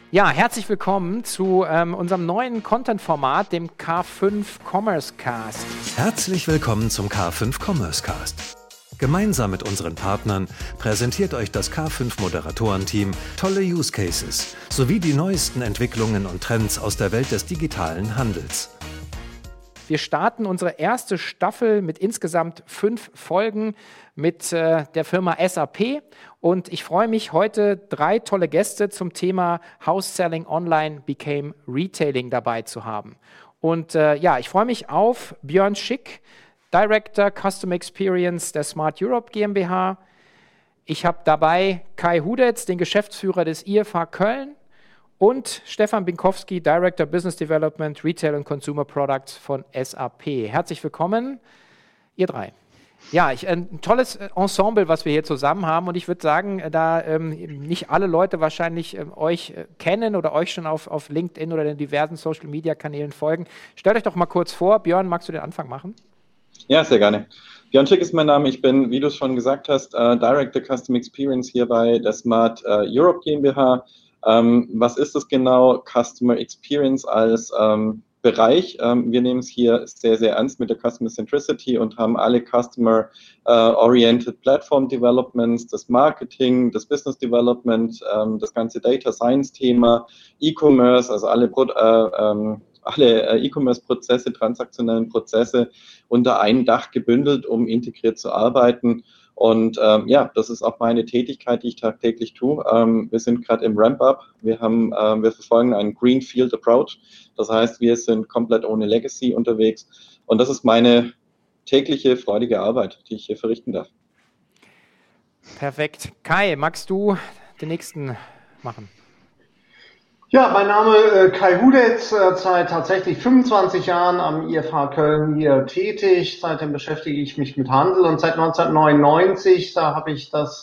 Ja, herzlich willkommen zu unserem neuen Content-Format, dem K5 Commerce Cast. Herzlich willkommen zum K5 Commerce Cast. Gemeinsam mit unseren Partnern präsentiert euch das K5 Moderatorenteam tolle Use Cases sowie die neuesten Entwicklungen und Trends aus der Welt des digitalen Handels. Wir starten unsere erste Staffel mit insgesamt 5 Folgen mit der Firma SAP. Und ich freue mich, heute 3 tolle Gäste zum Thema House Selling Online Became Retailing dabei zu haben. Und ich freue mich auf Björn Schick, Director Customer Experience der Smart Europe GmbH. Ich habe dabei Kai Hudetz, den Geschäftsführer des IFH Köln. Und Stefan Binkowski, Director Business Development, Retail und Consumer Products von SAP. Herzlich willkommen, ihr 3. Ja, ein tolles Ensemble, was wir hier zusammen haben. Und ich würde sagen, da nicht alle Leute wahrscheinlich euch kennen oder euch schon auf LinkedIn oder den diversen Social-Media-Kanälen folgen, stellt euch doch mal kurz vor. Björn, magst du den Anfang machen? Ja, sehr gerne. Björn Schick ist mein Name. Ich bin, wie du es schon gesagt hast, Director Customer Experience hier bei der Smart Europe GmbH. Was ist das genau? Customer Experience als Bereich. Wir nehmen es hier sehr, sehr ernst mit der Customer Centricity und haben alle Customer-Oriented Platform Developments, das Marketing, das Business Development, das ganze Data Science Thema, E-Commerce, also alle E-Commerce-Prozesse, transaktionellen Prozesse unter ein Dach gebündelt, um integriert zu arbeiten. Und das ist auch meine Tätigkeit, die ich tagtäglich tue. Wir sind gerade im Ramp-Up. Wir verfolgen einen Greenfield Approach. Das heißt, wir sind komplett ohne Legacy unterwegs. Und das ist meine tägliche freudige Arbeit, die ich hier verrichten darf. Perfekt. Kai, magst du den nächsten machen? Ja, mein Name Kai Hudetz, seit tatsächlich 25 Jahren am IFH Köln hier tätig. Seitdem beschäftige ich mich mit Handel und seit 1999, da habe ich das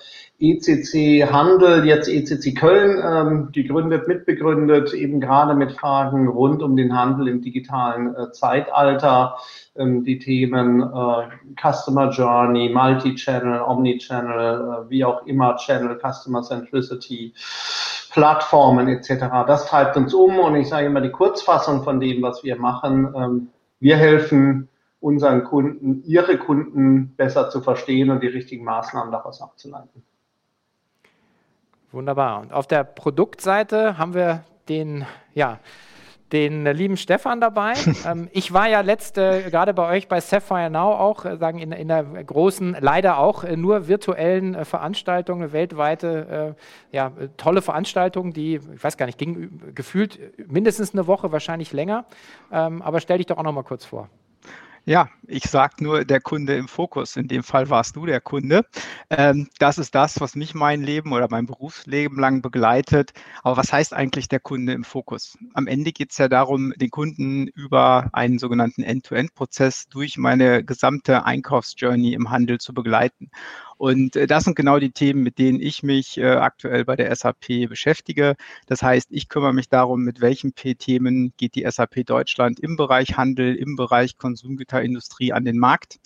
ECC Handel, jetzt ECC Köln, mitbegründet, eben gerade mit Fragen rund um den Handel im digitalen Zeitalter, die Themen Customer Journey, Multi-Channel, Omni-Channel, wie auch immer, Channel, Customer Centricity, Plattformen etc. Das treibt uns um und ich sage immer die Kurzfassung von dem, was wir machen. Wir helfen unseren Kunden, ihre Kunden besser zu verstehen und die richtigen Maßnahmen daraus abzuleiten. Wunderbar. Und auf der Produktseite haben wir den lieben Stefan dabei. Ich war ja gerade bei euch bei Sapphire Now auch, in der großen, leider auch nur virtuellen Veranstaltung, eine weltweite, tolle Veranstaltung, die, ich weiß gar nicht, ging gefühlt mindestens eine Woche, wahrscheinlich länger. Aber stell dich doch auch noch mal kurz vor. Ja, ich sage nur, der Kunde im Fokus. In dem Fall warst du der Kunde. Das ist das, was mich mein Leben oder mein Berufsleben lang begleitet. Aber was heißt eigentlich der Kunde im Fokus? Am Ende geht es ja darum, den Kunden über einen sogenannten End-to-End-Prozess durch meine gesamte Einkaufsjourney im Handel zu begleiten. Und das sind genau die Themen, mit denen ich mich aktuell bei der SAP beschäftige. Das heißt, ich kümmere mich darum, mit welchen Themen geht die SAP Deutschland im Bereich Handel, im Bereich Konsumgüterindustrie an den Markt.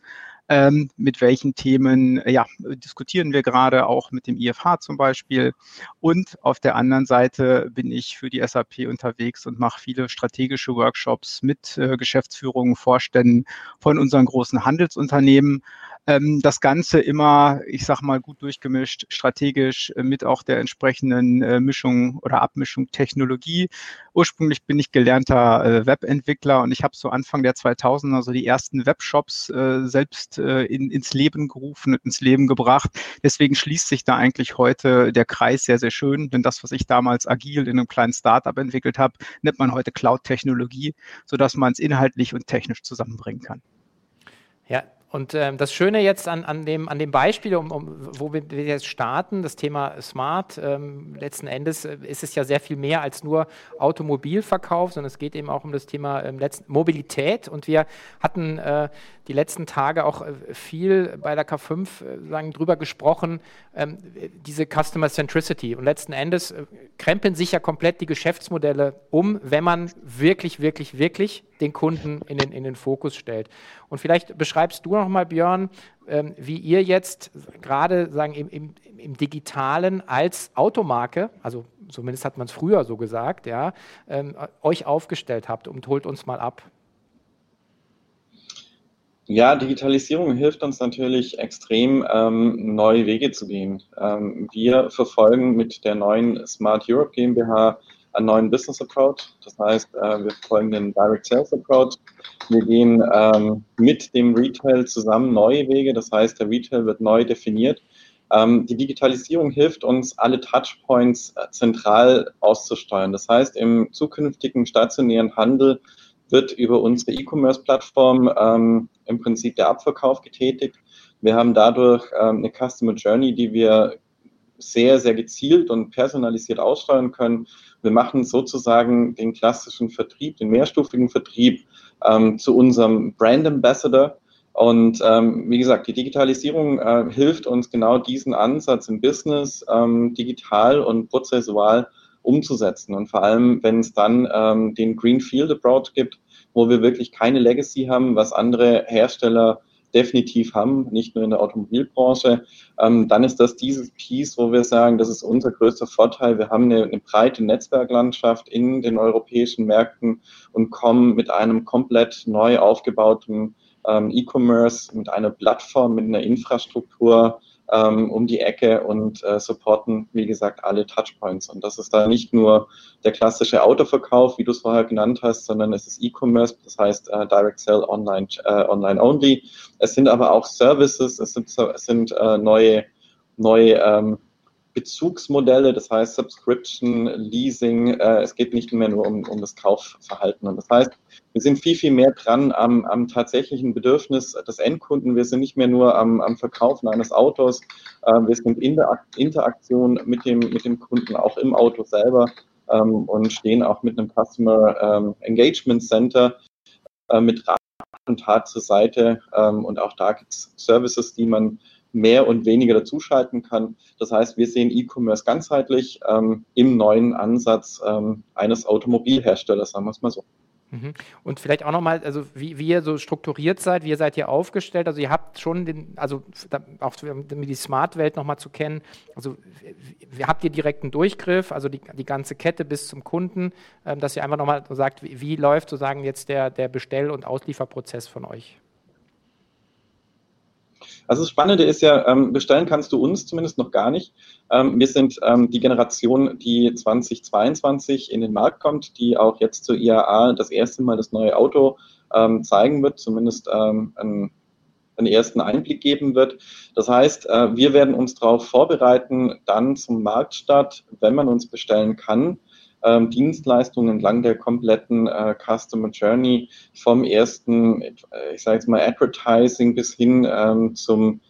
Mit welchen Themen diskutieren wir gerade auch mit dem IFH zum Beispiel. Und auf der anderen Seite bin ich für die SAP unterwegs und mache viele strategische Workshops mit Geschäftsführungen, Vorständen von unseren großen Handelsunternehmen. Das Ganze immer, ich sag mal, gut durchgemischt, strategisch mit auch der entsprechenden Mischung oder Abmischung Technologie. Ursprünglich bin ich gelernter Webentwickler und ich habe so Anfang der 2000er so die ersten Webshops selbst ins Leben gerufen und ins Leben gebracht. Deswegen schließt sich da eigentlich heute der Kreis sehr, sehr schön, denn das, was ich damals agil in einem kleinen Startup entwickelt habe, nennt man heute Cloud-Technologie, sodass man es inhaltlich und technisch zusammenbringen kann. Ja. Und das Schöne jetzt an dem Beispiel, wo wir jetzt starten, das Thema Smart, letzten Endes ist es ja sehr viel mehr als nur Automobilverkauf, sondern es geht eben auch um das Thema Mobilität. Und wir hatten die letzten Tage auch viel bei der K5 drüber gesprochen, diese Customer Centricity. Und letzten Endes krempeln sich ja komplett die Geschäftsmodelle um, wenn man wirklich, wirklich, wirklich den Kunden in den Fokus stellt. Und vielleicht beschreibst du noch mal, Björn, wie ihr jetzt gerade im Digitalen als Automarke, also zumindest hat man es früher so gesagt, ja, euch aufgestellt habt und holt uns mal ab. Ja, Digitalisierung hilft uns natürlich extrem, neue Wege zu gehen. Wir verfolgen mit der neuen Smart Europe GmbH einen neuen Business Approach. Das heißt, wir verfolgen den Direct Sales Approach. Wir gehen mit dem Retail zusammen neue Wege. Das heißt, der Retail wird neu definiert. Die Digitalisierung hilft uns, alle Touchpoints zentral auszusteuern. Das heißt, im zukünftigen stationären Handel wird über unsere E-Commerce-Plattform im Prinzip der Abverkauf getätigt. Wir haben dadurch eine Customer Journey, die wir sehr, sehr gezielt und personalisiert aussteuern können. Wir machen sozusagen den klassischen Vertrieb, den mehrstufigen Vertrieb zu unserem Brand Ambassador. Und wie gesagt, die Digitalisierung hilft uns genau diesen Ansatz im Business digital und prozessual umzusetzen. Und vor allem, wenn es dann den Greenfield Approach gibt, wo wir wirklich keine Legacy haben, was andere Hersteller definitiv haben, nicht nur in der Automobilbranche, dann ist das dieses Piece, wo wir sagen, das ist unser größter Vorteil. Wir haben eine breite Netzwerklandschaft in den europäischen Märkten und kommen mit einem komplett neu aufgebauten E-Commerce, mit einer Plattform, mit einer Infrastruktur um die Ecke und supporten, wie gesagt, alle Touchpoints. Und das ist da nicht nur der klassische Autoverkauf, wie du es vorher genannt hast, sondern es ist E-Commerce, das heißt Direct Sell Online, Online Only. Es sind aber auch Services, es sind neue Bezugsmodelle, das heißt Subscription, Leasing. Es geht nicht mehr nur um das Kaufverhalten. Und das heißt, wir sind viel, viel mehr dran am tatsächlichen Bedürfnis des Endkunden. Wir sind nicht mehr nur am Verkaufen eines Autos. Wir sind in der Interaktion mit dem Kunden auch im Auto selber und stehen auch mit einem Customer Engagement Center mit Rat und Tat zur Seite. Und auch da gibt es Services, die man mehr und weniger dazuschalten kann. Das heißt, wir sehen E-Commerce ganzheitlich im neuen Ansatz eines Automobilherstellers, sagen wir es mal so. Und vielleicht auch nochmal, also wie ihr so strukturiert seid, wie ihr seid hier aufgestellt, also ihr habt schon auch die Smart-Welt nochmal zu kennen, also habt ihr direkten Durchgriff, also die ganze Kette bis zum Kunden, dass ihr einfach nochmal so sagt, wie läuft sozusagen jetzt der Bestell- und Auslieferprozess von euch? Also das Spannende ist ja, bestellen kannst du uns zumindest noch gar nicht. Wir sind die Generation, die 2022 in den Markt kommt, die auch jetzt zur IAA das erste Mal das neue Auto zeigen wird, zumindest einen ersten Einblick geben wird. Das heißt, wir werden uns darauf vorbereiten, dann zum Marktstart, wenn man uns bestellen kann, Dienstleistungen entlang der kompletten Customer Journey vom ersten, ich sage jetzt mal Advertising bis hin zum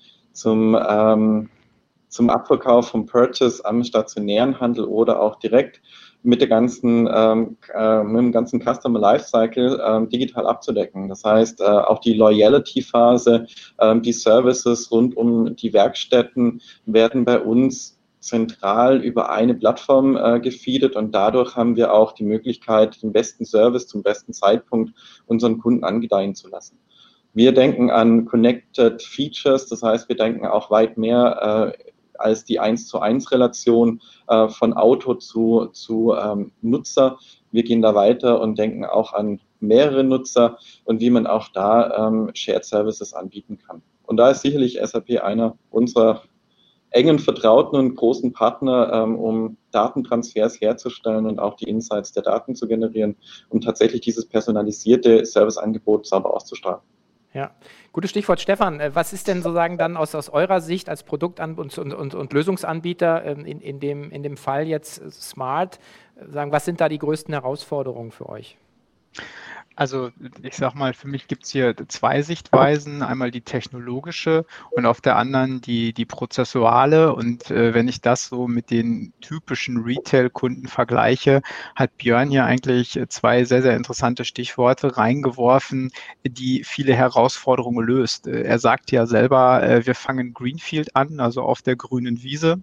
Abverkauf vom Purchase am stationären Handel oder auch direkt mit dem ganzen Customer Lifecycle digital abzudecken. Das heißt, auch die Loyalty-Phase, die Services rund um die Werkstätten werden bei uns zentral über eine Plattform gefeedet und dadurch haben wir auch die Möglichkeit, den besten Service zum besten Zeitpunkt unseren Kunden angedeihen zu lassen. Wir denken an Connected Features, das heißt, wir denken auch weit mehr als die 1:1 Relation von Auto zu Nutzer. Wir gehen da weiter und denken auch an mehrere Nutzer und wie man auch da Shared Services anbieten kann. Und da ist sicherlich SAP einer unserer engen Vertrauten und großen Partner, um Datentransfers herzustellen und auch die Insights der Daten zu generieren, um tatsächlich dieses personalisierte Serviceangebot sauber auszusteuern. Ja, gutes Stichwort, Stefan. Was ist denn sozusagen dann aus eurer Sicht als Produkt- und Lösungsanbieter in dem Fall jetzt Smart, was sind da die größten Herausforderungen für euch? Also ich sag mal, für mich gibt es hier zwei Sichtweisen, einmal die technologische und auf der anderen die prozessuale. Und wenn ich das so mit den typischen Retail-Kunden vergleiche, hat Björn hier eigentlich zwei sehr, sehr interessante Stichworte reingeworfen, die viele Herausforderungen löst. Er sagt ja selber, wir fangen Greenfield an, also auf der grünen Wiese.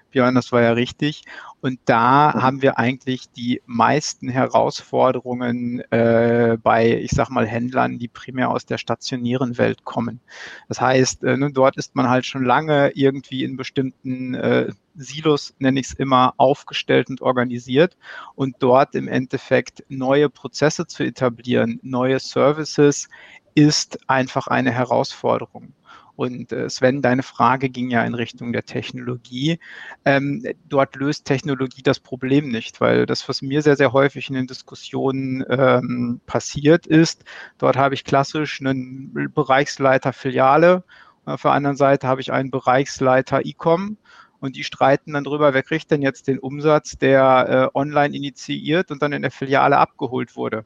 Björn, das war ja richtig. Und da haben wir eigentlich die meisten Herausforderungen bei, ich sag mal, Händlern, die primär aus der stationären Welt kommen. Das heißt, dort ist man halt schon lange irgendwie in bestimmten Silos, nenne ich es immer, aufgestellt und organisiert. Und dort im Endeffekt neue Prozesse zu etablieren, neue Services, ist einfach eine Herausforderung. Und Sven, deine Frage ging ja in Richtung der Technologie. Dort löst Technologie das Problem nicht, weil das, was mir sehr, sehr häufig in den Diskussionen passiert ist, dort habe ich klassisch einen Bereichsleiter Filiale, auf der anderen Seite habe ich einen Bereichsleiter E-Com. Und die streiten dann drüber, wer kriegt denn jetzt den Umsatz, der online initiiert und dann in der Filiale abgeholt wurde.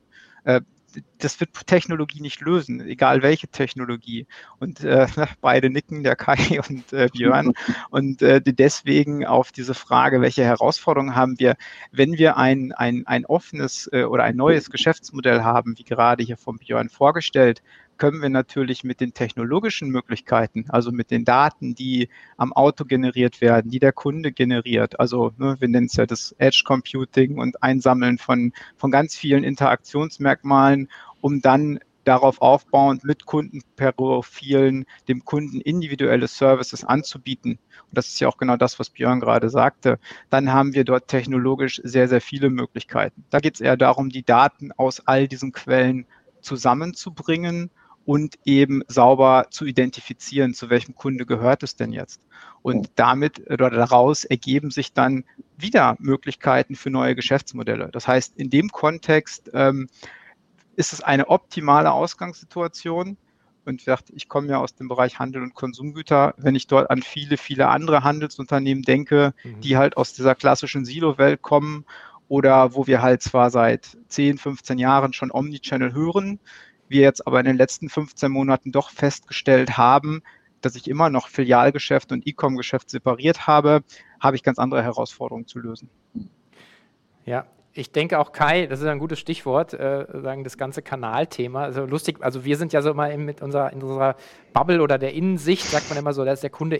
Das wird Technologie nicht lösen, egal welche Technologie. Und beide nicken, der Kai und Björn. Und deswegen auf diese Frage, welche Herausforderungen haben wir, wenn wir ein offenes oder ein neues Geschäftsmodell haben, wie gerade hier von Björn vorgestellt, können wir natürlich mit den technologischen Möglichkeiten, also mit den Daten, die am Auto generiert werden, die der Kunde generiert, also wir nennen es ja das Edge Computing und Einsammeln von ganz vielen Interaktionsmerkmalen, um dann darauf aufbauend mit Kundenprofilen dem Kunden individuelle Services anzubieten. Und das ist ja auch genau das, was Björn gerade sagte. Dann haben wir dort technologisch sehr, sehr viele Möglichkeiten. Da geht es eher darum, die Daten aus all diesen Quellen zusammenzubringen und eben sauber zu identifizieren, zu welchem Kunde gehört es denn jetzt. Und damit oder daraus ergeben sich dann wieder Möglichkeiten für neue Geschäftsmodelle. Das heißt, in dem Kontext ist es eine optimale Ausgangssituation. Und ich komme ja aus dem Bereich Handel und Konsumgüter. Wenn ich dort an viele, viele andere Handelsunternehmen denke, die halt aus dieser klassischen Silo-Welt kommen oder wo wir halt zwar seit 10, 15 Jahren schon Omnichannel hören, wir jetzt aber in den letzten 15 Monaten doch festgestellt haben, dass ich immer noch Filialgeschäft und E-Com-Geschäft separiert habe, habe ich ganz andere Herausforderungen zu lösen. Ja, ich denke auch, Kai, das ist ein gutes Stichwort, sagen das ganze Kanalthema. Also lustig, also wir sind ja so immer in unserer Bubble oder der Innensicht, sagt man immer so, dass der Kunde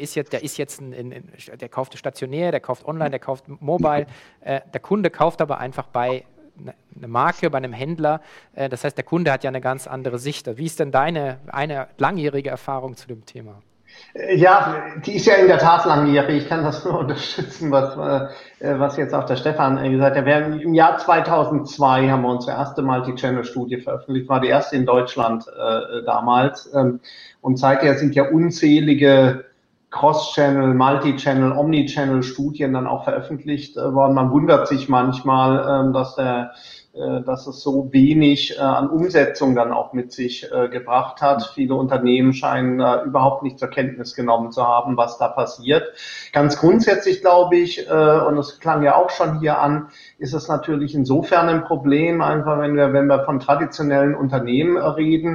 der kauft stationär, der kauft online, der kauft mobile. Der Kunde kauft aber einfach bei einer Marke, bei einem Händler. Das heißt, der Kunde hat ja eine ganz andere Sicht. Wie ist denn eine langjährige Erfahrung zu dem Thema? Ja, die ist ja in der Tat langjährig. Ich kann das nur unterstützen, was jetzt auch der Stefan gesagt hat. Im Jahr 2002 haben wir unsere erste Multi-Channel-Studie veröffentlicht, war die erste in Deutschland damals. Und seither sind ja unzählige Cross-Channel, Multi-Channel, Omni-Channel-Studien dann auch veröffentlicht worden. Man wundert sich manchmal, dass es so wenig an Umsetzung dann auch mit sich gebracht hat. Viele Unternehmen scheinen überhaupt nicht zur Kenntnis genommen zu haben, was da passiert. Ganz grundsätzlich glaube ich, und das klang ja auch schon hier an, ist es natürlich insofern ein Problem, einfach wenn wir von traditionellen Unternehmen reden,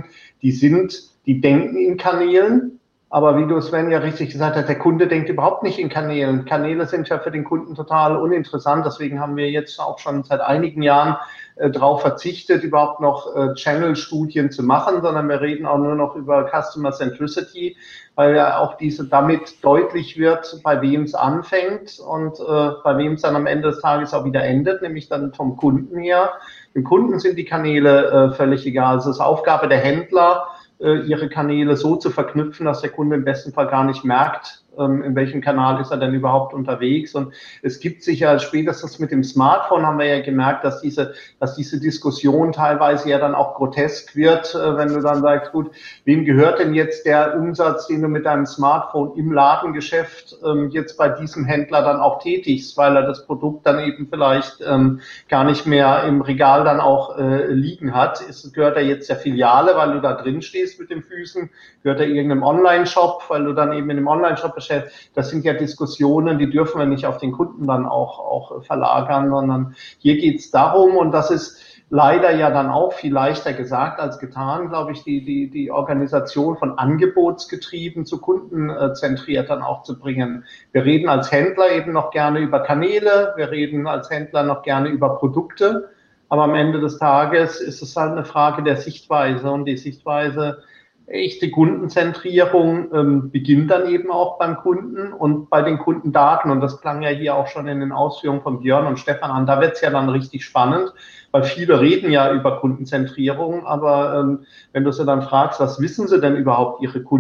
die denken in Kanälen. Aber wie du, Sven, ja richtig gesagt hast, der Kunde denkt überhaupt nicht in Kanälen. Kanäle sind ja für den Kunden total uninteressant. Deswegen haben wir jetzt auch schon seit einigen Jahren darauf verzichtet, überhaupt noch Channel-Studien zu machen, sondern wir reden auch nur noch über Customer Centricity, weil ja auch damit deutlich wird, bei wem es anfängt und bei wem es dann am Ende des Tages auch wieder endet, nämlich dann vom Kunden her. Dem Kunden sind die Kanäle völlig egal. Es ist Aufgabe der Händler, ihre Kanäle so zu verknüpfen, dass der Kunde im besten Fall gar nicht merkt, in welchem Kanal ist er denn überhaupt unterwegs. Und es gibt sicher, spätestens mit dem Smartphone haben wir ja gemerkt, dass diese Diskussion teilweise ja dann auch grotesk wird, wenn du dann sagst, gut, wem gehört denn jetzt der Umsatz, den du mit deinem Smartphone im Ladengeschäft jetzt bei diesem Händler dann auch tätigst, weil er das Produkt dann eben vielleicht gar nicht mehr im Regal dann auch liegen hat. Gehört er jetzt der Filiale, weil du da drin stehst mit den Füßen? Gehört er irgendeinem Online-Shop, weil du dann eben in einem Online-Shop bestellst? Das sind ja Diskussionen, die dürfen wir nicht auf den Kunden dann auch verlagern, sondern hier geht es darum, und das ist leider ja dann auch viel leichter gesagt als getan, glaube ich, die Organisation von angebotsgetrieben zu kundenzentriert dann auch zu bringen. Wir reden als Händler eben noch gerne über Kanäle, wir reden als Händler noch gerne über Produkte, aber am Ende des Tages ist es halt eine Frage der Sichtweise, und die Sichtweise echte Kundenzentrierung beginnt dann eben auch beim Kunden und bei den Kundendaten. Und das klang ja hier auch schon in den Ausführungen von Björn und Stefan an. Da wird es ja dann richtig spannend, weil viele reden ja über Kundenzentrierung, aber wenn du sie dann fragst, was wissen sie denn überhaupt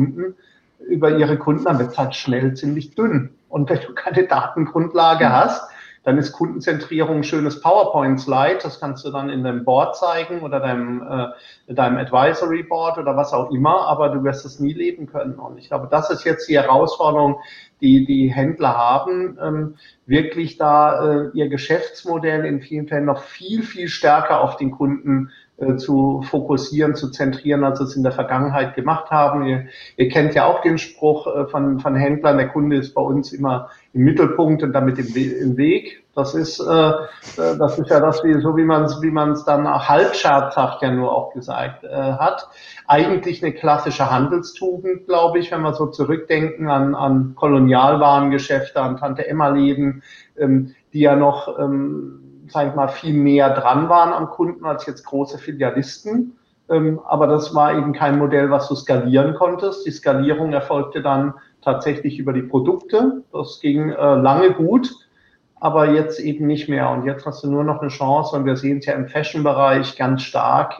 über ihre Kunden, dann wird es halt schnell ziemlich dünn. Und wenn du keine Datengrundlage hast, dann ist Kundenzentrierung ein schönes PowerPoint-Slide. Das kannst du dann in deinem Board zeigen oder deinem Advisory Board oder was auch immer, aber du wirst es nie leben können. Und ich glaube, das ist jetzt die Herausforderung, die Händler haben, wirklich da ihr Geschäftsmodell in vielen Fällen noch viel, viel stärker auf den Kunden zu fokussieren, zu zentrieren, als sie es in der Vergangenheit gemacht haben. Ihr kennt ja auch den Spruch von Händlern, der Kunde ist bei uns immer im Mittelpunkt und damit im Weg. Das ist ja das, wie man es dann halb scherzhaft ja nur auch gesagt hat. Eigentlich eine klassische Handelstugend, glaube ich, wenn wir so zurückdenken an Kolonialwarengeschäfte, an Tante-Emma-Läden, die ja noch sag ich mal, viel näher dran waren am Kunden als jetzt große Filialisten. Aber das war eben kein Modell, was du skalieren konntest. Die Skalierung erfolgte dann tatsächlich über die Produkte. Das ging lange gut, aber jetzt eben nicht mehr. Und jetzt hast du nur noch eine Chance, und wir sehen es ja im Fashion-Bereich ganz stark.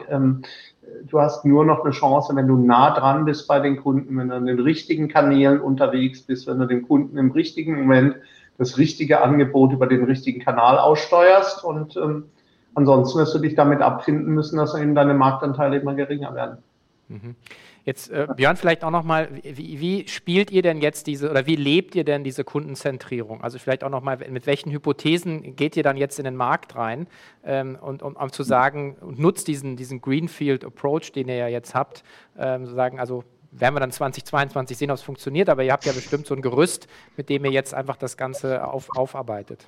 Du hast nur noch eine Chance, wenn du nah dran bist bei den Kunden, wenn du an den richtigen Kanälen unterwegs bist, wenn du den Kunden im richtigen Moment das richtige Angebot über den richtigen Kanal aussteuerst, und ansonsten wirst du dich damit abfinden müssen, dass eben deine Marktanteile immer geringer werden. Jetzt, Björn, vielleicht auch nochmal, wie spielt ihr denn jetzt wie lebt ihr denn diese Kundenzentrierung? Also vielleicht auch nochmal, mit welchen Hypothesen geht ihr dann jetzt in den Markt rein, um zu sagen, und nutzt diesen Greenfield Approach, den ihr ja jetzt habt, sagen, also werden wir dann 2022 sehen, ob es funktioniert, aber ihr habt ja bestimmt so ein Gerüst, mit dem ihr jetzt einfach das Ganze aufarbeitet.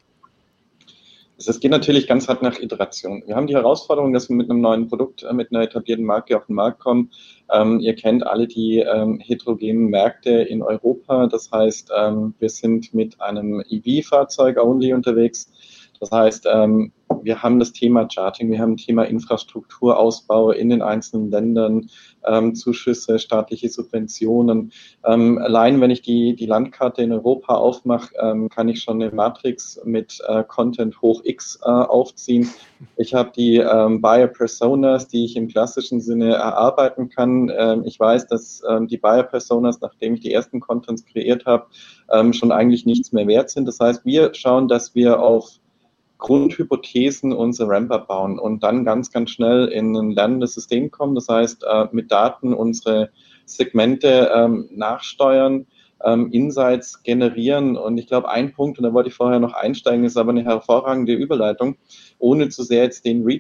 Es geht natürlich ganz hart nach Iteration. Wir haben die Herausforderung, dass wir mit einem neuen Produkt, mit einer etablierten Marke auf den Markt kommen. Ihr kennt alle die heterogenen Märkte in Europa. Das heißt, wir sind mit einem EV-Fahrzeug only unterwegs. Das heißt, wir haben das Thema Charging, wir haben das Thema Infrastrukturausbau in den einzelnen Ländern, Zuschüsse, staatliche Subventionen. Allein wenn ich die Landkarte in Europa aufmache, kann ich schon eine Matrix mit Content hoch X aufziehen. Ich habe die Buyer Personas, die ich im klassischen Sinne erarbeiten kann. Ich weiß, dass die Buyer Personas, nachdem ich die ersten Contents kreiert habe, schon eigentlich nichts mehr wert sind. Das heißt, wir schauen, dass wir auf Grundhypothesen unsere Ramp-up bauen und dann ganz, ganz schnell in ein lernendes System kommen. Das heißt, mit Daten unsere Segmente nachsteuern, Insights generieren. Und ich glaube, ein Punkt, und da wollte ich vorher noch einsteigen, ist aber eine hervorragende Überleitung, ohne zu sehr jetzt den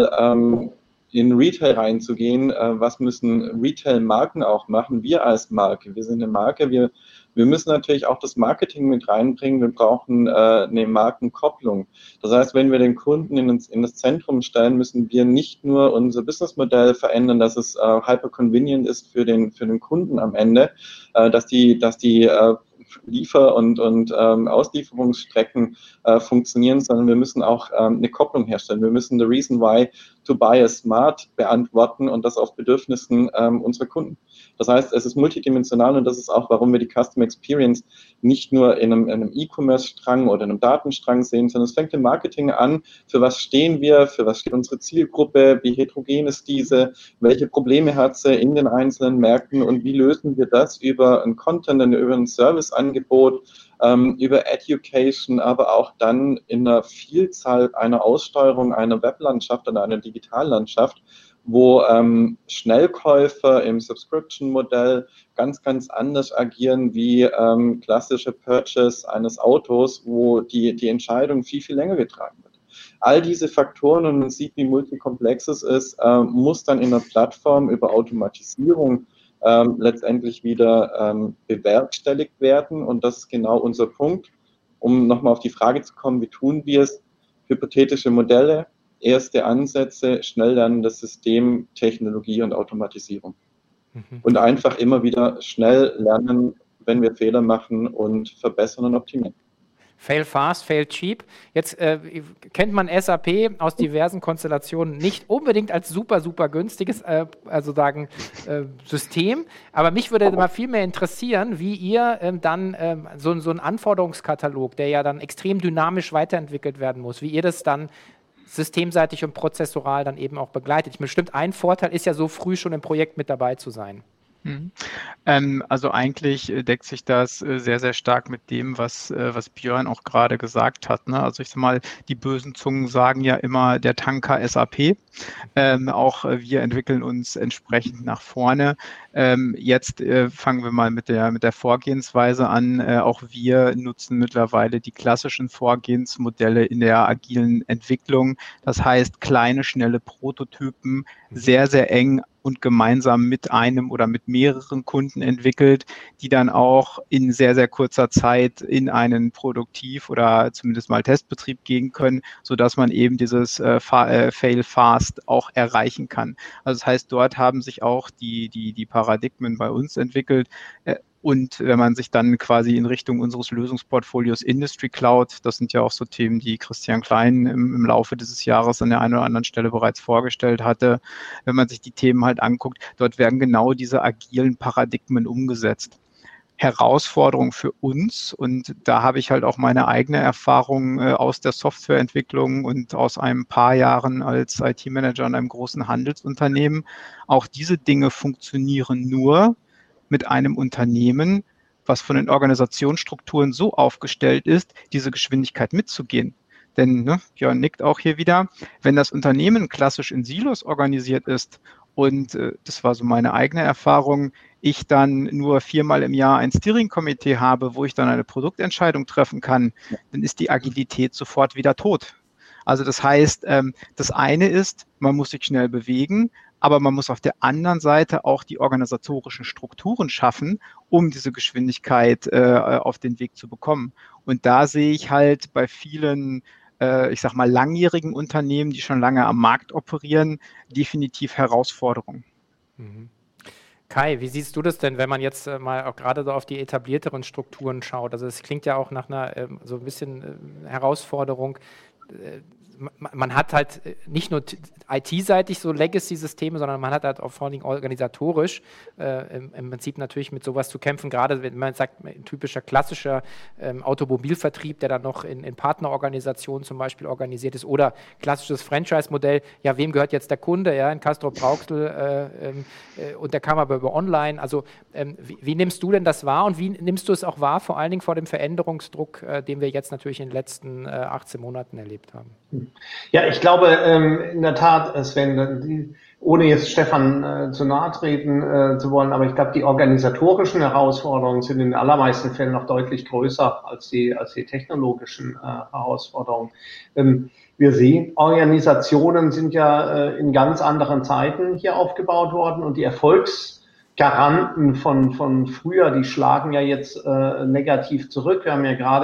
in Retail reinzugehen. Was müssen Retail-Marken auch machen? Wir als Marke, wir sind eine Marke, wir müssen natürlich auch das Marketing mit reinbringen. Wir brauchen eine Markenkopplung. Das heißt, wenn wir den Kunden in das Zentrum stellen, müssen wir nicht nur unser Businessmodell verändern, dass es hyper convenient ist für den Kunden am Ende, dass die Liefer- und Auslieferungsstrecken funktionieren, sondern wir müssen auch eine Kopplung herstellen. Wir müssen the reason why to buy a smart beantworten und das auf Bedürfnissen unserer Kunden. Das heißt, es ist multidimensional und das ist auch, warum wir die Customer Experience nicht nur in einem E-Commerce-Strang oder einem Datenstrang sehen, sondern es fängt im Marketing an. Für was stehen wir? Für was steht unsere Zielgruppe? Wie heterogen ist diese? Welche Probleme hat sie in den einzelnen Märkten und wie lösen wir das über ein Content, über ein Serviceangebot, über Education, aber auch dann in einer Vielzahl einer Aussteuerung einer Weblandschaft oder einer Digitallandschaft, wo Schnellkäufer im Subscription-Modell ganz, ganz anders agieren wie klassische Purchase eines Autos, wo die Entscheidung viel, viel länger getragen wird. All diese Faktoren, und man sieht, wie multikomplex es ist, muss dann in der Plattform über Automatisierung letztendlich wieder bewerkstelligt werden. Und das ist genau unser Punkt, um nochmal auf die Frage zu kommen, wie tun wir es? Hypothetische Modelle, erste Ansätze, schnell lernendes System, Technologie und Automatisierung. Und einfach immer wieder schnell lernen, wenn wir Fehler machen und verbessern und optimieren. Fail fast, fail cheap. Jetzt kennt man SAP aus diversen Konstellationen nicht unbedingt als super, super günstiges System. Aber mich würde mal viel mehr interessieren, wie ihr dann so einen Anforderungskatalog, der ja dann extrem dynamisch weiterentwickelt werden muss, wie ihr das dann systemseitig und prozessoral dann eben auch begleitet. Bestimmt ein Vorteil ist ja, so früh schon im Projekt mit dabei zu sein. Also eigentlich deckt sich das sehr, sehr stark mit dem, was Björn auch gerade gesagt hat. Ne? Also ich sag mal, die bösen Zungen sagen ja immer der Tanker SAP. Auch wir entwickeln uns entsprechend nach vorne. Jetzt fangen wir mal mit der Vorgehensweise an. Auch wir nutzen mittlerweile die klassischen Vorgehensmodelle in der agilen Entwicklung. Das heißt, kleine, schnelle Prototypen, sehr, sehr eng und gemeinsam mit einem oder mit mehreren Kunden entwickelt, die dann auch in sehr, sehr kurzer Zeit in einen Produktiv- oder zumindest mal Testbetrieb gehen können, sodass man eben dieses Fail Fast auch erreichen kann. Also das heißt, dort haben sich auch die Paradigmen bei uns entwickelt. Und wenn man sich dann quasi in Richtung unseres Lösungsportfolios Industry Cloud, das sind ja auch so Themen, die Christian Klein im Laufe dieses Jahres an der einen oder anderen Stelle bereits vorgestellt hatte, wenn man sich die Themen halt anguckt, dort werden genau diese agilen Paradigmen umgesetzt. Herausforderung für uns, und da habe ich halt auch meine eigene Erfahrung aus der Softwareentwicklung und aus ein paar Jahren als IT-Manager in einem großen Handelsunternehmen. Auch diese Dinge funktionieren nur mit einem Unternehmen, was von den Organisationsstrukturen so aufgestellt ist, diese Geschwindigkeit mitzugehen. Denn, Björn nickt auch hier wieder, wenn das Unternehmen klassisch in Silos organisiert ist und das war so meine eigene Erfahrung, ich dann nur 4-mal im Jahr ein Steering-Komitee habe, wo ich dann eine Produktentscheidung treffen kann, dann ist die Agilität sofort wieder tot. Also das heißt, das eine ist, man muss sich schnell bewegen, aber man muss auf der anderen Seite auch die organisatorischen Strukturen schaffen, um diese Geschwindigkeit auf den Weg zu bekommen. Und da sehe ich halt bei vielen, ich sag mal, langjährigen Unternehmen, die schon lange am Markt operieren, definitiv Herausforderungen. Mhm. Kai, wie siehst du das denn, wenn man jetzt mal auch gerade so auf die etablierteren Strukturen schaut? Also es klingt ja auch nach einer so ein bisschen Herausforderung. Man hat halt nicht nur IT-seitig so Legacy-Systeme, sondern man hat halt auch vor allem organisatorisch im Prinzip natürlich mit sowas zu kämpfen, gerade wenn man sagt, ein typischer klassischer Automobilvertrieb, der dann noch in Partnerorganisationen zum Beispiel organisiert ist, oder klassisches Franchise-Modell, ja, wem gehört jetzt der Kunde, ja, in Castrop-Rauxel und der kam aber über online. Also wie nimmst du denn das wahr und wie nimmst du es auch wahr, vor allen Dingen vor dem Veränderungsdruck, den wir jetzt natürlich in den letzten 18 Monaten erlebt haben? Ja, ich glaube in der Tat, Sven, ohne jetzt Stefan zu nahe treten zu wollen, aber ich glaube, die organisatorischen Herausforderungen sind in den allermeisten Fällen noch deutlich größer als die technologischen Herausforderungen. Wir sehen, Organisationen sind ja in ganz anderen Zeiten hier aufgebaut worden und die Erfolgsgaranten von früher, die schlagen ja jetzt negativ zurück. Wir haben ja gerade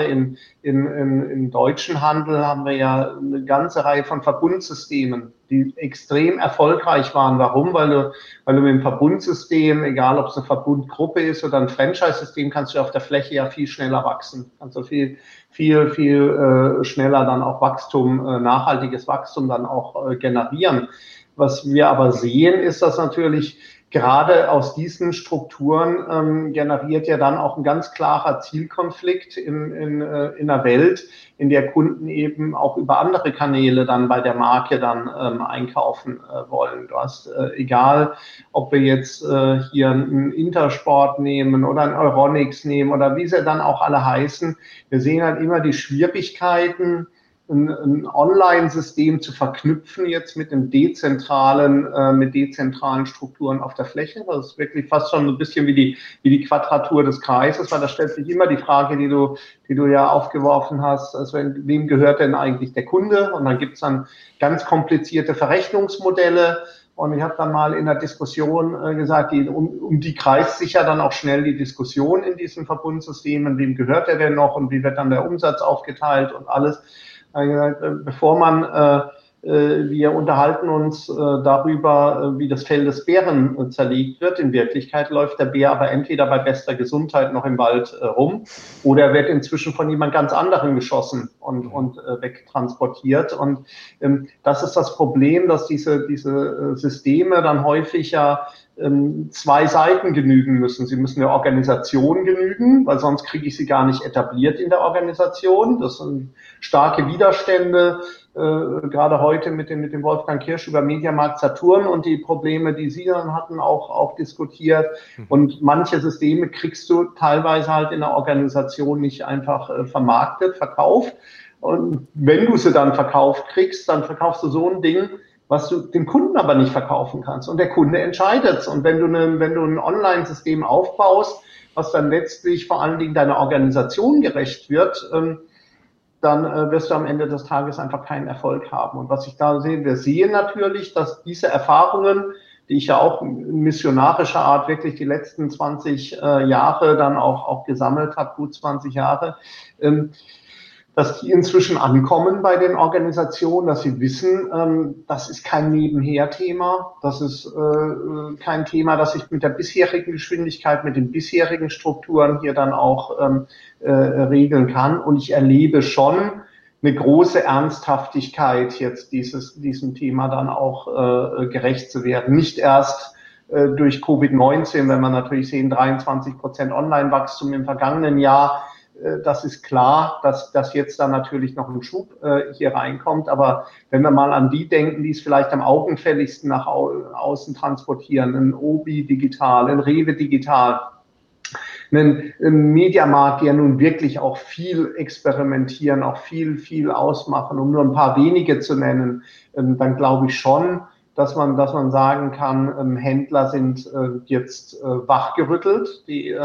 im deutschen Handel haben wir ja eine ganze Reihe von Verbundsystemen, die extrem erfolgreich waren. Warum? Weil du mit dem Verbundsystem, egal ob es eine Verbundgruppe ist oder ein Franchise-System, kannst du auf der Fläche ja viel schneller wachsen. Kannst du viel schneller dann auch nachhaltiges Wachstum dann auch generieren. Was wir aber sehen, ist, dass natürlich gerade aus diesen Strukturen generiert ja dann auch ein ganz klarer Zielkonflikt in einer Welt, in der Kunden eben auch über andere Kanäle dann bei der Marke dann einkaufen wollen. Du hast, egal, ob wir jetzt hier einen Intersport nehmen oder einen Euronics nehmen oder wie sie dann auch alle heißen, wir sehen halt immer die Schwierigkeiten, ein Online-System zu verknüpfen jetzt mit dezentralen Strukturen auf der Fläche. Das ist wirklich fast schon ein bisschen wie die Quadratur des Kreises, weil da stellt sich immer die Frage, die du ja aufgeworfen hast, also wem gehört denn eigentlich der Kunde? Und dann gibt's dann ganz komplizierte Verrechnungsmodelle. Und ich habe dann mal in der Diskussion gesagt, um die kreist sich ja dann auch schnell die Diskussion in diesen Verbundsystemen. Wem gehört der denn noch und wie wird dann der Umsatz aufgeteilt und alles? Bevor man wir unterhalten uns darüber, wie das Fell des Bären zerlegt wird. In Wirklichkeit läuft der Bär aber entweder bei bester Gesundheit noch im Wald rum oder er wird inzwischen von jemand ganz anderem geschossen und wegtransportiert. Und das ist das Problem, dass diese Systeme dann häufig ja zwei Seiten genügen müssen. Sie müssen der Organisation genügen, weil sonst kriege ich sie gar nicht etabliert in der Organisation. Das sind starke Widerstände, gerade heute mit dem Wolfgang Kirsch über Mediamarkt Saturn und die Probleme, die Sie dann hatten, auch diskutiert. Und manche Systeme kriegst du teilweise halt in der Organisation nicht einfach vermarktet, verkauft. Und wenn du sie dann verkauft kriegst, dann verkaufst du so ein Ding, was du dem Kunden aber nicht verkaufen kannst. Und der Kunde entscheidet. Und wenn du ein Online-System aufbaust, was dann letztlich vor allen Dingen deiner Organisation gerecht wird, dann wirst du am Ende des Tages einfach keinen Erfolg haben. Und was ich da sehe, wir sehen natürlich, dass diese Erfahrungen, die ich ja auch in missionarischer Art wirklich die letzten 20 Jahre dann auch gesammelt habe, gut 20 Jahre, dass die inzwischen ankommen bei den Organisationen, dass sie wissen, das ist kein Nebenher-Thema, das ist kein Thema, das ich mit der bisherigen Geschwindigkeit, mit den bisherigen Strukturen hier dann auch regeln kann. Und ich erlebe schon eine große Ernsthaftigkeit, jetzt diesem Thema dann auch gerecht zu werden. Nicht erst durch Covid-19, wenn wir natürlich sehen, 23% Online-Wachstum im vergangenen Jahr. Das ist klar, dass jetzt da natürlich noch ein Schub hier reinkommt. Aber wenn wir mal an die denken, die es vielleicht am augenfälligsten nach außen transportieren, ein Obi digital, ein Rewe digital, ein Mediamarkt, die ja nun wirklich auch viel experimentieren, auch viel ausmachen, um nur ein paar wenige zu nennen, dann glaube ich schon, dass man sagen kann, Händler sind jetzt wachgerüttelt.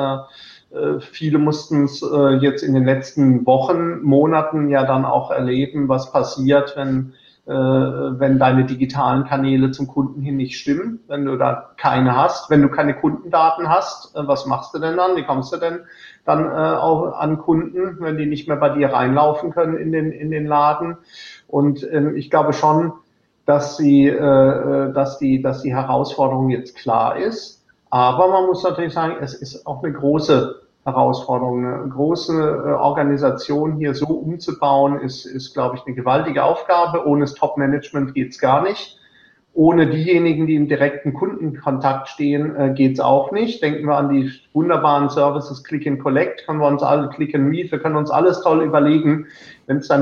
Viele mussten es jetzt in den letzten Wochen, Monaten ja dann auch erleben, was passiert, wenn deine digitalen Kanäle zum Kunden hin nicht stimmen, wenn du da keine hast, wenn du keine Kundendaten hast, was machst du denn dann? Wie kommst du denn dann auch an Kunden, wenn die nicht mehr bei dir reinlaufen können in den Laden? Und ich glaube schon, dass die Herausforderung jetzt klar ist. Aber man muss natürlich sagen, es ist auch eine große Herausforderung. Eine große Organisation hier so umzubauen, ist, glaube ich, eine gewaltige Aufgabe. Ohne das Top-Management geht's gar nicht. Ohne diejenigen, die im direkten Kundenkontakt stehen, geht's auch nicht. Denken wir an die wunderbaren Services Click and Collect, können wir uns alle Click and Meet, wir können uns alles toll überlegen. Wenn es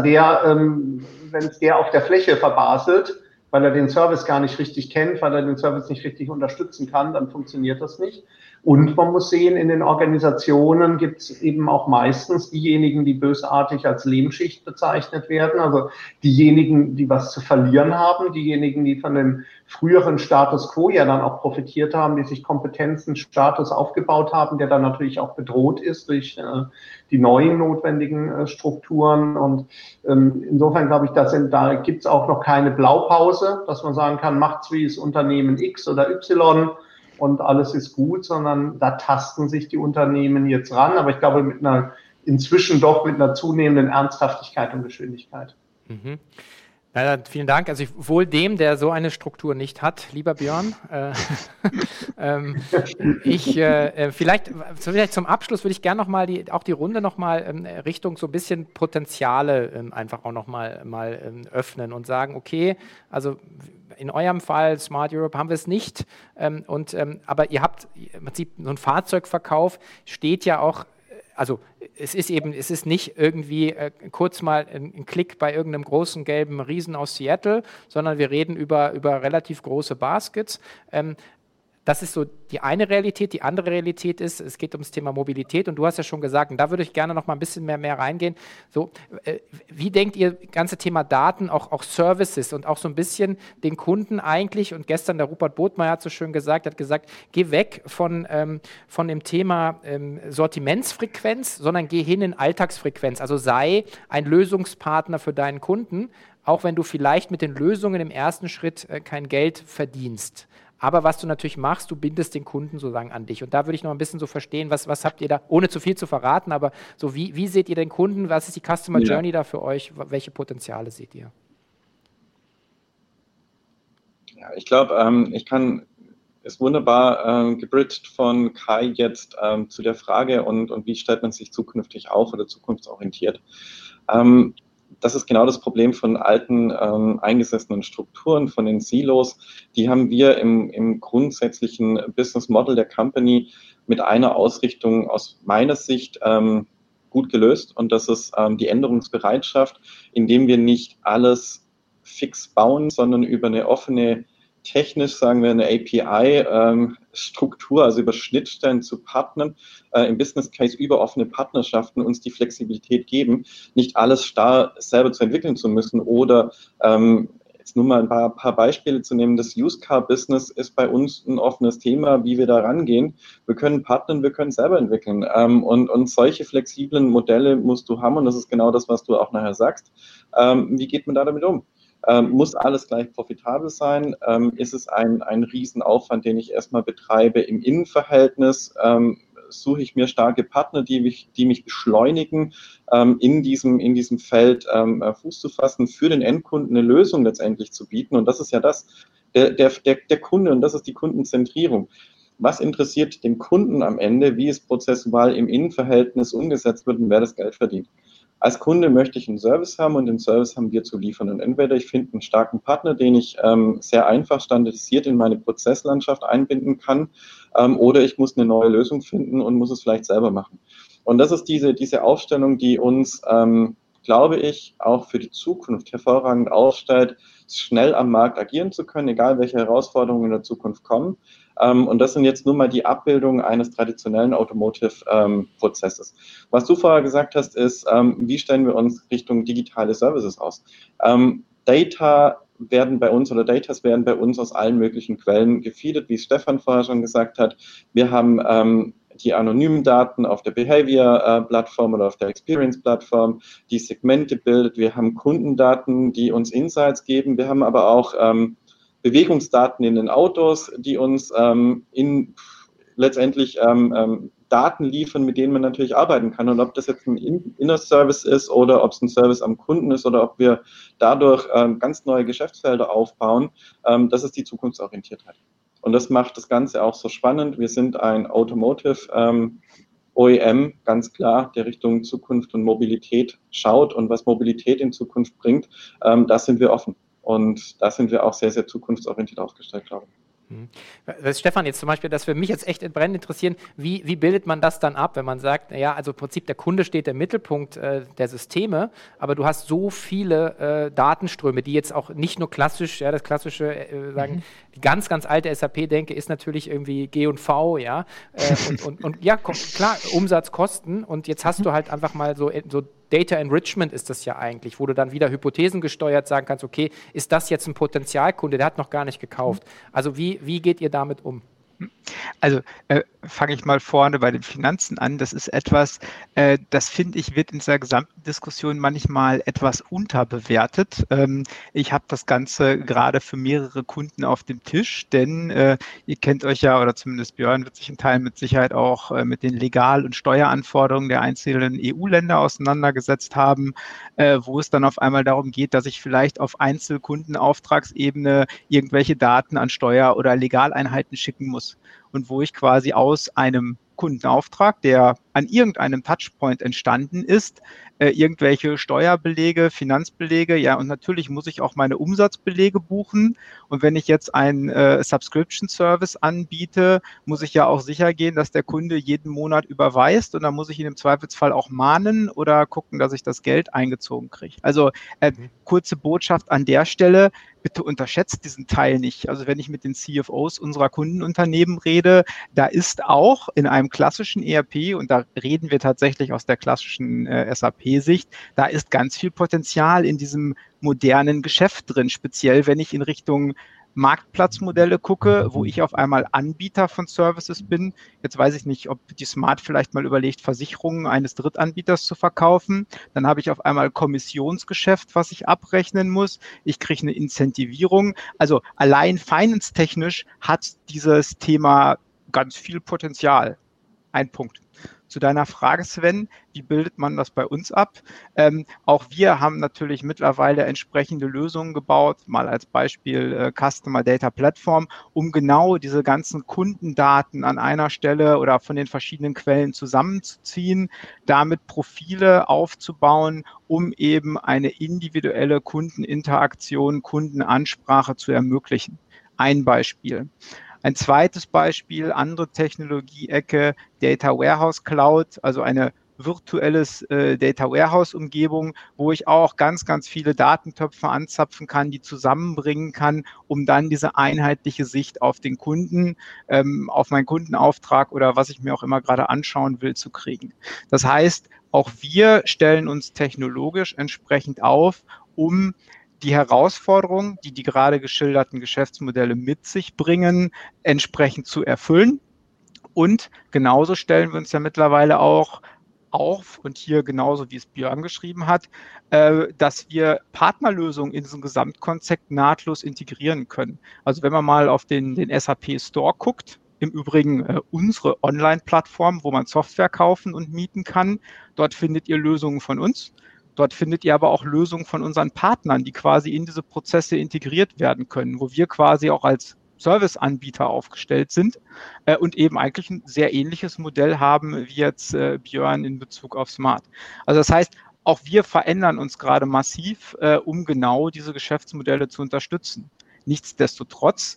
der auf der Fläche verbaselt, weil er den Service gar nicht richtig kennt, weil er den Service nicht richtig unterstützen kann, dann funktioniert das nicht. Und man muss sehen, in den Organisationen gibt es eben auch meistens diejenigen, die bösartig als Lehmschicht bezeichnet werden, also diejenigen, die was zu verlieren haben, diejenigen, die von dem früheren Status quo ja dann auch profitiert haben, die sich Kompetenzen, Status aufgebaut haben, der dann natürlich auch bedroht ist durch die neuen notwendigen Strukturen. Und insofern glaube ich, da gibt es auch noch keine Blaupause, dass man sagen kann, macht's wie das Unternehmen X oder Y und alles ist gut, sondern da tasten sich die Unternehmen jetzt ran. Aber ich glaube, inzwischen doch mit einer zunehmenden Ernsthaftigkeit und Geschwindigkeit. Mhm. Ja, vielen Dank. Also wohl dem, der so eine Struktur nicht hat, lieber Björn. Vielleicht zum Abschluss würde ich gerne nochmal die Runde nochmal Richtung so ein bisschen Potenziale einfach auch nochmal öffnen und sagen, okay, also in eurem Fall, Smart Europe, haben wir es nicht. Aber ihr habt im Prinzip so ein Fahrzeugverkauf, steht ja auch, also es ist nicht irgendwie kurz mal ein Klick bei irgendeinem großen gelben Riesen aus Seattle, sondern wir reden über relativ große Baskets. Das ist so die eine Realität. Die andere Realität ist, es geht ums Thema Mobilität und du hast ja schon gesagt, und da würde ich gerne noch mal ein bisschen mehr reingehen. So, wie denkt ihr, ganze Thema Daten, auch Services und auch so ein bisschen den Kunden eigentlich, und gestern der Rupert Bodmeier hat so schön gesagt, geh weg von dem Thema Sortimentsfrequenz, sondern geh hin in Alltagsfrequenz. Also sei ein Lösungspartner für deinen Kunden, auch wenn du vielleicht mit den Lösungen im ersten Schritt kein Geld verdienst. Aber was du natürlich machst, du bindest den Kunden sozusagen an dich. Und da würde ich noch ein bisschen so verstehen, was habt ihr da, ohne zu viel zu verraten, aber so wie seht ihr den Kunden? Was ist die Customer Journey da für euch? Welche Potenziale seht ihr? Ja, ich glaube, ist wunderbar gebridged von Kai jetzt zu der Frage und wie stellt man sich zukünftig auf oder zukunftsorientiert. Das ist genau das Problem von alten eingesessenen Strukturen, von den Silos. Die haben wir im grundsätzlichen Business Model der Company mit einer Ausrichtung aus meiner Sicht gut gelöst. Und das ist die Änderungsbereitschaft, indem wir nicht alles fix bauen, sondern über eine offene, technisch sagen wir eine API-Struktur, also über Schnittstellen zu Partnern, im Business Case über offene Partnerschaften uns die Flexibilität geben, nicht alles starr selber zu entwickeln zu müssen oder jetzt nur mal ein paar Beispiele zu nehmen. Das Used Car Business ist bei uns ein offenes Thema, wie wir da rangehen. Wir können partnern, wir können selber entwickeln. Und solche flexiblen Modelle musst du haben und das ist genau das, was du auch nachher sagst. Wie geht man da damit um? Muss alles gleich profitabel sein? Ist es ein Riesenaufwand, den ich erstmal betreibe im Innenverhältnis? Suche ich mir starke Partner, die mich beschleunigen, in diesem Feld Fuß zu fassen, für den Endkunden eine Lösung letztendlich zu bieten. Und das ist ja der Kunde und das ist die Kundenzentrierung. Was interessiert den Kunden am Ende, wie es prozessual im Innenverhältnis umgesetzt wird und wer das Geld verdient? Als Kunde möchte ich einen Service haben und den Service haben wir zu liefern. Und entweder ich finde einen starken Partner, den ich sehr einfach standardisiert in meine Prozesslandschaft einbinden kann, oder ich muss eine neue Lösung finden und muss es vielleicht selber machen. Und das ist diese Aufstellung, die uns, glaube ich, auch für die Zukunft hervorragend aufstellt, schnell am Markt agieren zu können, egal welche Herausforderungen in der Zukunft kommen. Und das sind jetzt nur mal die Abbildungen eines traditionellen Automotive-Prozesses. Was du vorher gesagt hast, ist, wie stellen wir uns Richtung digitale Services aus? Datas werden bei uns aus allen möglichen Quellen gefeedet, wie Stefan vorher schon gesagt hat. Wir haben die anonymen Daten auf der Behavior-Plattform oder auf der Experience-Plattform, die Segmente bildet. Wir haben Kundendaten, die uns Insights geben. Wir haben aber auch Bewegungsdaten in den Autos, die uns letztendlich Daten liefern, mit denen man natürlich arbeiten kann. Und ob das jetzt ein Inner-Service ist oder ob es ein Service am Kunden ist oder ob wir dadurch ganz neue Geschäftsfelder aufbauen, das ist die Zukunftsorientiertheit. Und das macht das Ganze auch so spannend. Wir sind ein Automotive OEM, ganz klar, der Richtung Zukunft und Mobilität schaut und was Mobilität in Zukunft bringt, da sind wir offen. Und da sind wir auch sehr, sehr zukunftsorientiert aufgestellt, glaube ich. Stefan, jetzt zum Beispiel, das würde mich jetzt echt brennend interessieren, wie bildet man das dann ab, wenn man sagt, naja, also im Prinzip der Kunde steht im Mittelpunkt der Systeme, aber du hast so viele Datenströme, die jetzt auch nicht nur klassisch, ja, das klassische, die ganz, ganz alte SAP-Denke ist natürlich irgendwie G&V, ja, und ja, klar, Umsatz, Kosten und jetzt hast du halt einfach mal so Data Enrichment ist das ja eigentlich, wo du dann wieder hypothesengesteuert sagen kannst, okay, ist das jetzt ein Potenzialkunde, der hat noch gar nicht gekauft. Also wie geht ihr damit um? Also fange ich mal vorne bei den Finanzen an. Das ist etwas, das finde ich, wird in dieser gesamten Diskussion manchmal etwas unterbewertet. Ich habe das Ganze gerade für mehrere Kunden auf dem Tisch, denn ihr kennt euch ja, oder zumindest Björn wird sich in Teilen mit Sicherheit auch mit den Legal- und Steueranforderungen der einzelnen EU-Länder auseinandergesetzt haben, wo es dann auf einmal darum geht, dass ich vielleicht auf Einzelkundenauftragsebene irgendwelche Daten an Steuer- oder Legaleinheiten schicken muss. Und wo ich quasi aus einem Kundenauftrag, der an irgendeinem Touchpoint entstanden ist, irgendwelche Steuerbelege, Finanzbelege, ja, und natürlich muss ich auch meine Umsatzbelege buchen. Und wenn ich jetzt einen Subscription-Service anbiete, muss ich ja auch sicher gehen, dass der Kunde jeden Monat überweist und dann muss ich ihn im Zweifelsfall auch mahnen oder gucken, dass ich das Geld eingezogen kriege. Also kurze Botschaft an der Stelle, bitte unterschätzt diesen Teil nicht. Also wenn ich mit den CFOs unserer Kundenunternehmen rede, da ist auch in einem klassischen ERP, und da reden wir tatsächlich aus der klassischen SAP-Sicht, da ist ganz viel Potenzial in diesem modernen Geschäft drin, speziell wenn ich in Richtung Marktplatzmodelle gucke, wo ich auf einmal Anbieter von Services bin. Jetzt weiß ich nicht, ob die Smart vielleicht mal überlegt, Versicherungen eines Drittanbieters zu verkaufen. Dann habe ich auf einmal Kommissionsgeschäft, was ich abrechnen muss. Ich kriege eine Incentivierung. Also allein finance-technisch hat dieses Thema ganz viel Potenzial. Ein Punkt. Zu deiner Frage, Sven, wie bildet man das bei uns ab? Auch wir haben natürlich mittlerweile entsprechende Lösungen gebaut, mal als Beispiel Customer Data Platform, um genau diese ganzen Kundendaten an einer Stelle oder von den verschiedenen Quellen zusammenzuziehen, damit Profile aufzubauen, um eben eine individuelle Kundeninteraktion, Kundenansprache zu ermöglichen. Ein Beispiel. Ein zweites Beispiel, andere Technologie-Ecke, Data Warehouse Cloud, also eine virtuelles Data Warehouse-Umgebung, wo ich auch ganz, ganz viele Datentöpfe anzapfen kann, die zusammenbringen kann, um dann diese einheitliche Sicht auf den Kunden, auf meinen Kundenauftrag oder was ich mir auch immer gerade anschauen will, zu kriegen. Das heißt, auch wir stellen uns technologisch entsprechend auf, um die Herausforderungen, die die gerade geschilderten Geschäftsmodelle mit sich bringen, entsprechend zu erfüllen. Und genauso stellen wir uns ja mittlerweile auch auf, und hier genauso wie es Björn geschrieben hat, dass wir Partnerlösungen in diesem Gesamtkonzept nahtlos integrieren können. Also wenn man mal auf den SAP Store guckt, im Übrigen unsere Online-Plattform, wo man Software kaufen und mieten kann, dort findet ihr Lösungen von uns. Dort findet ihr aber auch Lösungen von unseren Partnern, die quasi in diese Prozesse integriert werden können, wo wir quasi auch als Serviceanbieter aufgestellt sind und eben eigentlich ein sehr ähnliches Modell haben wie jetzt Björn in Bezug auf Smart. Also das heißt, auch wir verändern uns gerade massiv, um genau diese Geschäftsmodelle zu unterstützen. Nichtsdestotrotz,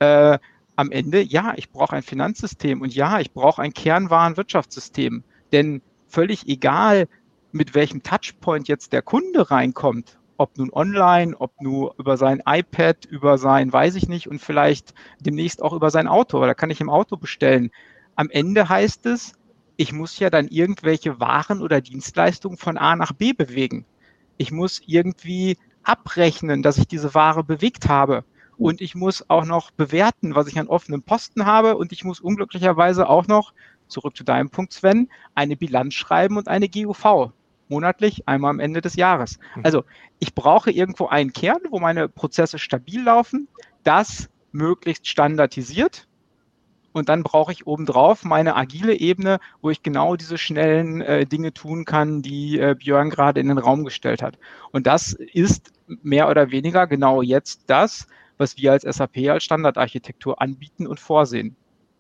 am Ende, ja, ich brauche ein Finanzsystem und ja, ich brauche ein Kernwarenwirtschaftssystem, denn völlig egal, mit welchem Touchpoint jetzt der Kunde reinkommt, ob nun online, ob nur über sein iPad, über sein, weiß ich nicht, und vielleicht demnächst auch über sein Auto, weil da kann ich im Auto bestellen. Am Ende heißt es, ich muss ja dann irgendwelche Waren oder Dienstleistungen von A nach B bewegen. Ich muss irgendwie abrechnen, dass ich diese Ware bewegt habe. Und ich muss auch noch bewerten, was ich an offenen Posten habe. Und ich muss unglücklicherweise auch noch, zurück zu deinem Punkt, Sven, eine Bilanz schreiben und eine GUV. Monatlich, einmal am Ende des Jahres. Also ich brauche irgendwo einen Kern, wo meine Prozesse stabil laufen, das möglichst standardisiert. Und dann brauche ich obendrauf meine agile Ebene, wo ich genau diese schnellen Dinge tun kann, die Björn gerade in den Raum gestellt hat. Und das ist mehr oder weniger genau jetzt das, was wir als SAP als Standardarchitektur anbieten und vorsehen.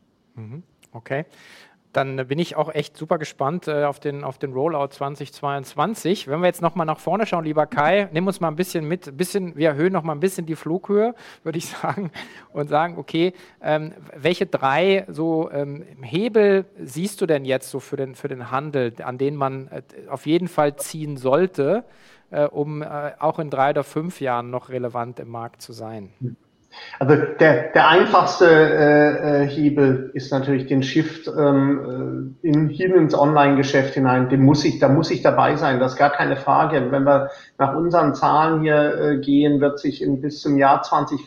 Okay. Dann bin ich auch echt super gespannt auf den Rollout 2022. Wenn wir jetzt nochmal nach vorne schauen, lieber Kai, nimm uns mal ein bisschen mit, wir erhöhen noch mal ein bisschen die Flughöhe, würde ich sagen, und sagen, okay, welche drei so Hebel siehst du denn jetzt so für den Handel, an denen man auf jeden Fall ziehen sollte, um auch in 3 oder 5 Jahren noch relevant im Markt zu sein? Also der einfachste Hebel ist natürlich den Shift hin ins Online-Geschäft hinein. Da muss ich dabei sein, das ist gar keine Frage. Wenn wir nach unseren Zahlen hier gehen, wird sich bis zum Jahr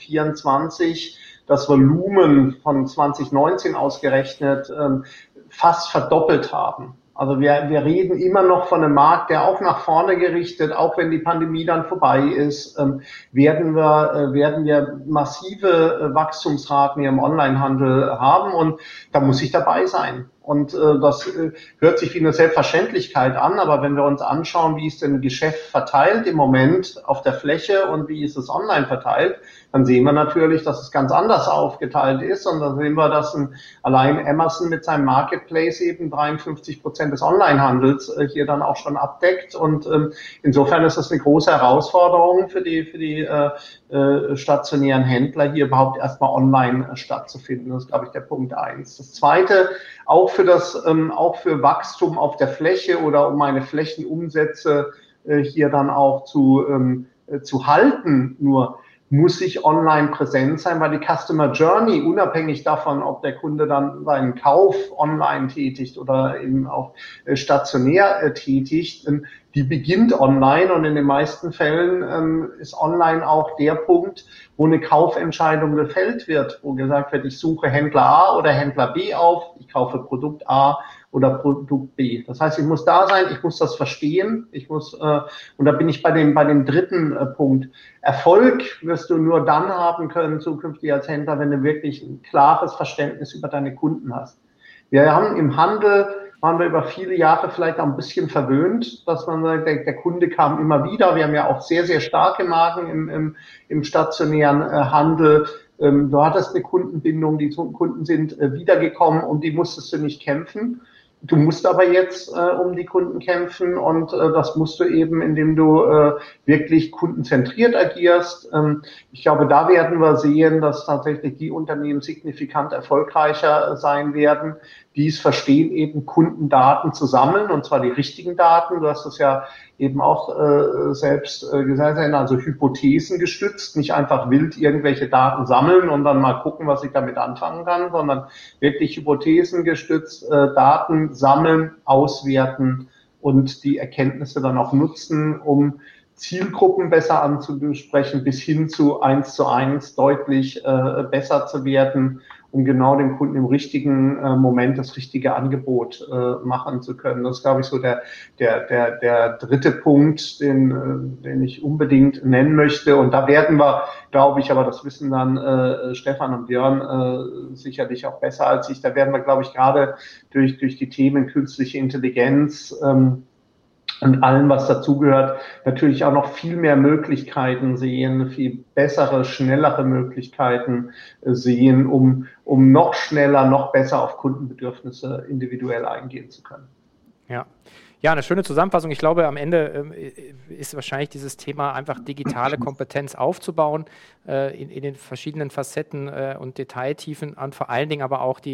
2024 das Volumen von 2019 ausgerechnet fast verdoppelt haben. Also wir reden immer noch von einem Markt, der auch nach vorne gerichtet, auch wenn die Pandemie dann vorbei ist, werden wir massive Wachstumsraten hier im Onlinehandel haben und da muss ich dabei sein. Und das hört sich wie eine Selbstverständlichkeit an, aber wenn wir uns anschauen, wie ist denn Geschäft verteilt im Moment auf der Fläche und wie ist es online verteilt, dann sehen wir natürlich, dass es ganz anders aufgeteilt ist. Und dann sehen wir, dass allein Amazon mit seinem Marketplace eben 53% des Onlinehandels hier dann auch schon abdeckt. Und insofern ist das eine große Herausforderung für die stationären Händler, hier überhaupt erstmal online stattzufinden. Das ist, glaube ich, der Punkt 1. Das Zweite, auch für Wachstum auf der Fläche oder um meine Flächenumsätze hier dann auch zu halten, nur muss ich online präsent sein, weil die Customer Journey, unabhängig davon, ob der Kunde dann seinen Kauf online tätigt oder eben auch stationär tätigt, die beginnt online und in den meisten Fällen ist online auch der Punkt, wo eine Kaufentscheidung gefällt wird, wo gesagt wird, ich suche Händler A oder Händler B auf, ich kaufe Produkt A oder Produkt B. Das heißt, ich muss da sein, ich muss das verstehen, und da bin ich bei dem dritten Punkt. Erfolg wirst du nur dann haben können zukünftig als Händler, wenn du wirklich ein klares Verständnis über deine Kunden hast. Wir haben im Handel waren wir über viele Jahre vielleicht auch ein bisschen verwöhnt, dass man sagt, der Kunde kam immer wieder. Wir haben ja auch sehr, sehr starke Marken im stationären Handel. Du hattest eine Kundenbindung, die Kunden sind wiedergekommen, und die musstest du nicht kämpfen. Du musst aber jetzt um die Kunden kämpfen, und das musst du eben, indem du wirklich kundenzentriert agierst. Ich glaube, da werden wir sehen, dass tatsächlich die Unternehmen signifikant erfolgreicher sein werden, die es verstehen, eben Kundendaten zu sammeln, und zwar die richtigen Daten. Du hast es ja eben auch selbst gesagt, also Hypothesen gestützt, nicht einfach wild irgendwelche Daten sammeln und dann mal gucken, was ich damit anfangen kann, sondern wirklich Hypothesen gestützt, Daten sammeln, auswerten und die Erkenntnisse dann auch nutzen, um Zielgruppen besser anzusprechen, bis hin zu 1:1 deutlich besser zu werden, um genau dem Kunden im richtigen Moment das richtige Angebot machen zu können. Das ist, glaube ich, so der dritte Punkt, den ich unbedingt nennen möchte. Und da werden wir, glaube ich, aber das wissen dann Stefan und Björn sicherlich auch besser als ich, da werden wir, glaube ich, gerade durch die Themen künstliche Intelligenz und allem, was dazugehört, natürlich auch noch viel mehr Möglichkeiten sehen, viel bessere, schnellere Möglichkeiten sehen, um noch schneller, noch besser auf Kundenbedürfnisse individuell eingehen zu können. Ja, eine schöne Zusammenfassung. Ich glaube, am Ende ist wahrscheinlich dieses Thema, einfach digitale Kompetenz aufzubauen in den verschiedenen Facetten und Detailtiefen, und vor allen Dingen aber auch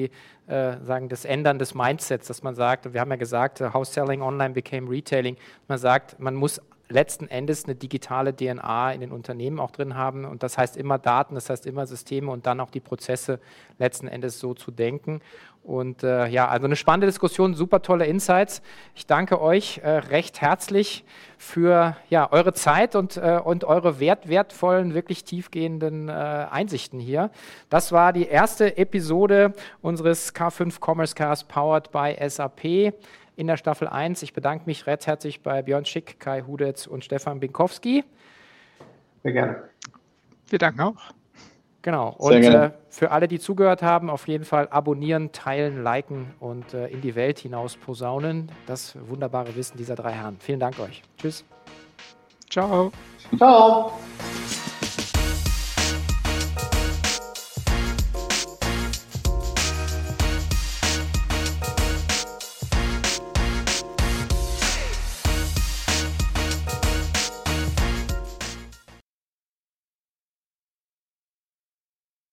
das Ändern des Mindsets, dass man sagt, wir haben ja gesagt, how selling online became retailing, man sagt, man muss letzten Endes eine digitale DNA in den Unternehmen auch drin haben, und das heißt immer Daten, das heißt immer Systeme und dann auch die Prozesse letzten Endes so zu denken. Und also eine spannende Diskussion, super tolle Insights. Ich danke euch recht herzlich für eure Zeit und eure wertvollen, wirklich tiefgehenden Einsichten hier. Das war die erste Episode unseres K5 Commerce Cast powered by SAP in der Staffel 1. Ich bedanke mich recht herzlich bei Björn Schick, Kai Hudetz und Stefan Binkowski. Sehr gerne. Wir danken auch. Genau. Und für alle, die zugehört haben, auf jeden Fall abonnieren, teilen, liken und in die Welt hinaus posaunen. Das wunderbare Wissen dieser drei Herren. Vielen Dank euch. Tschüss. Ciao. Ciao.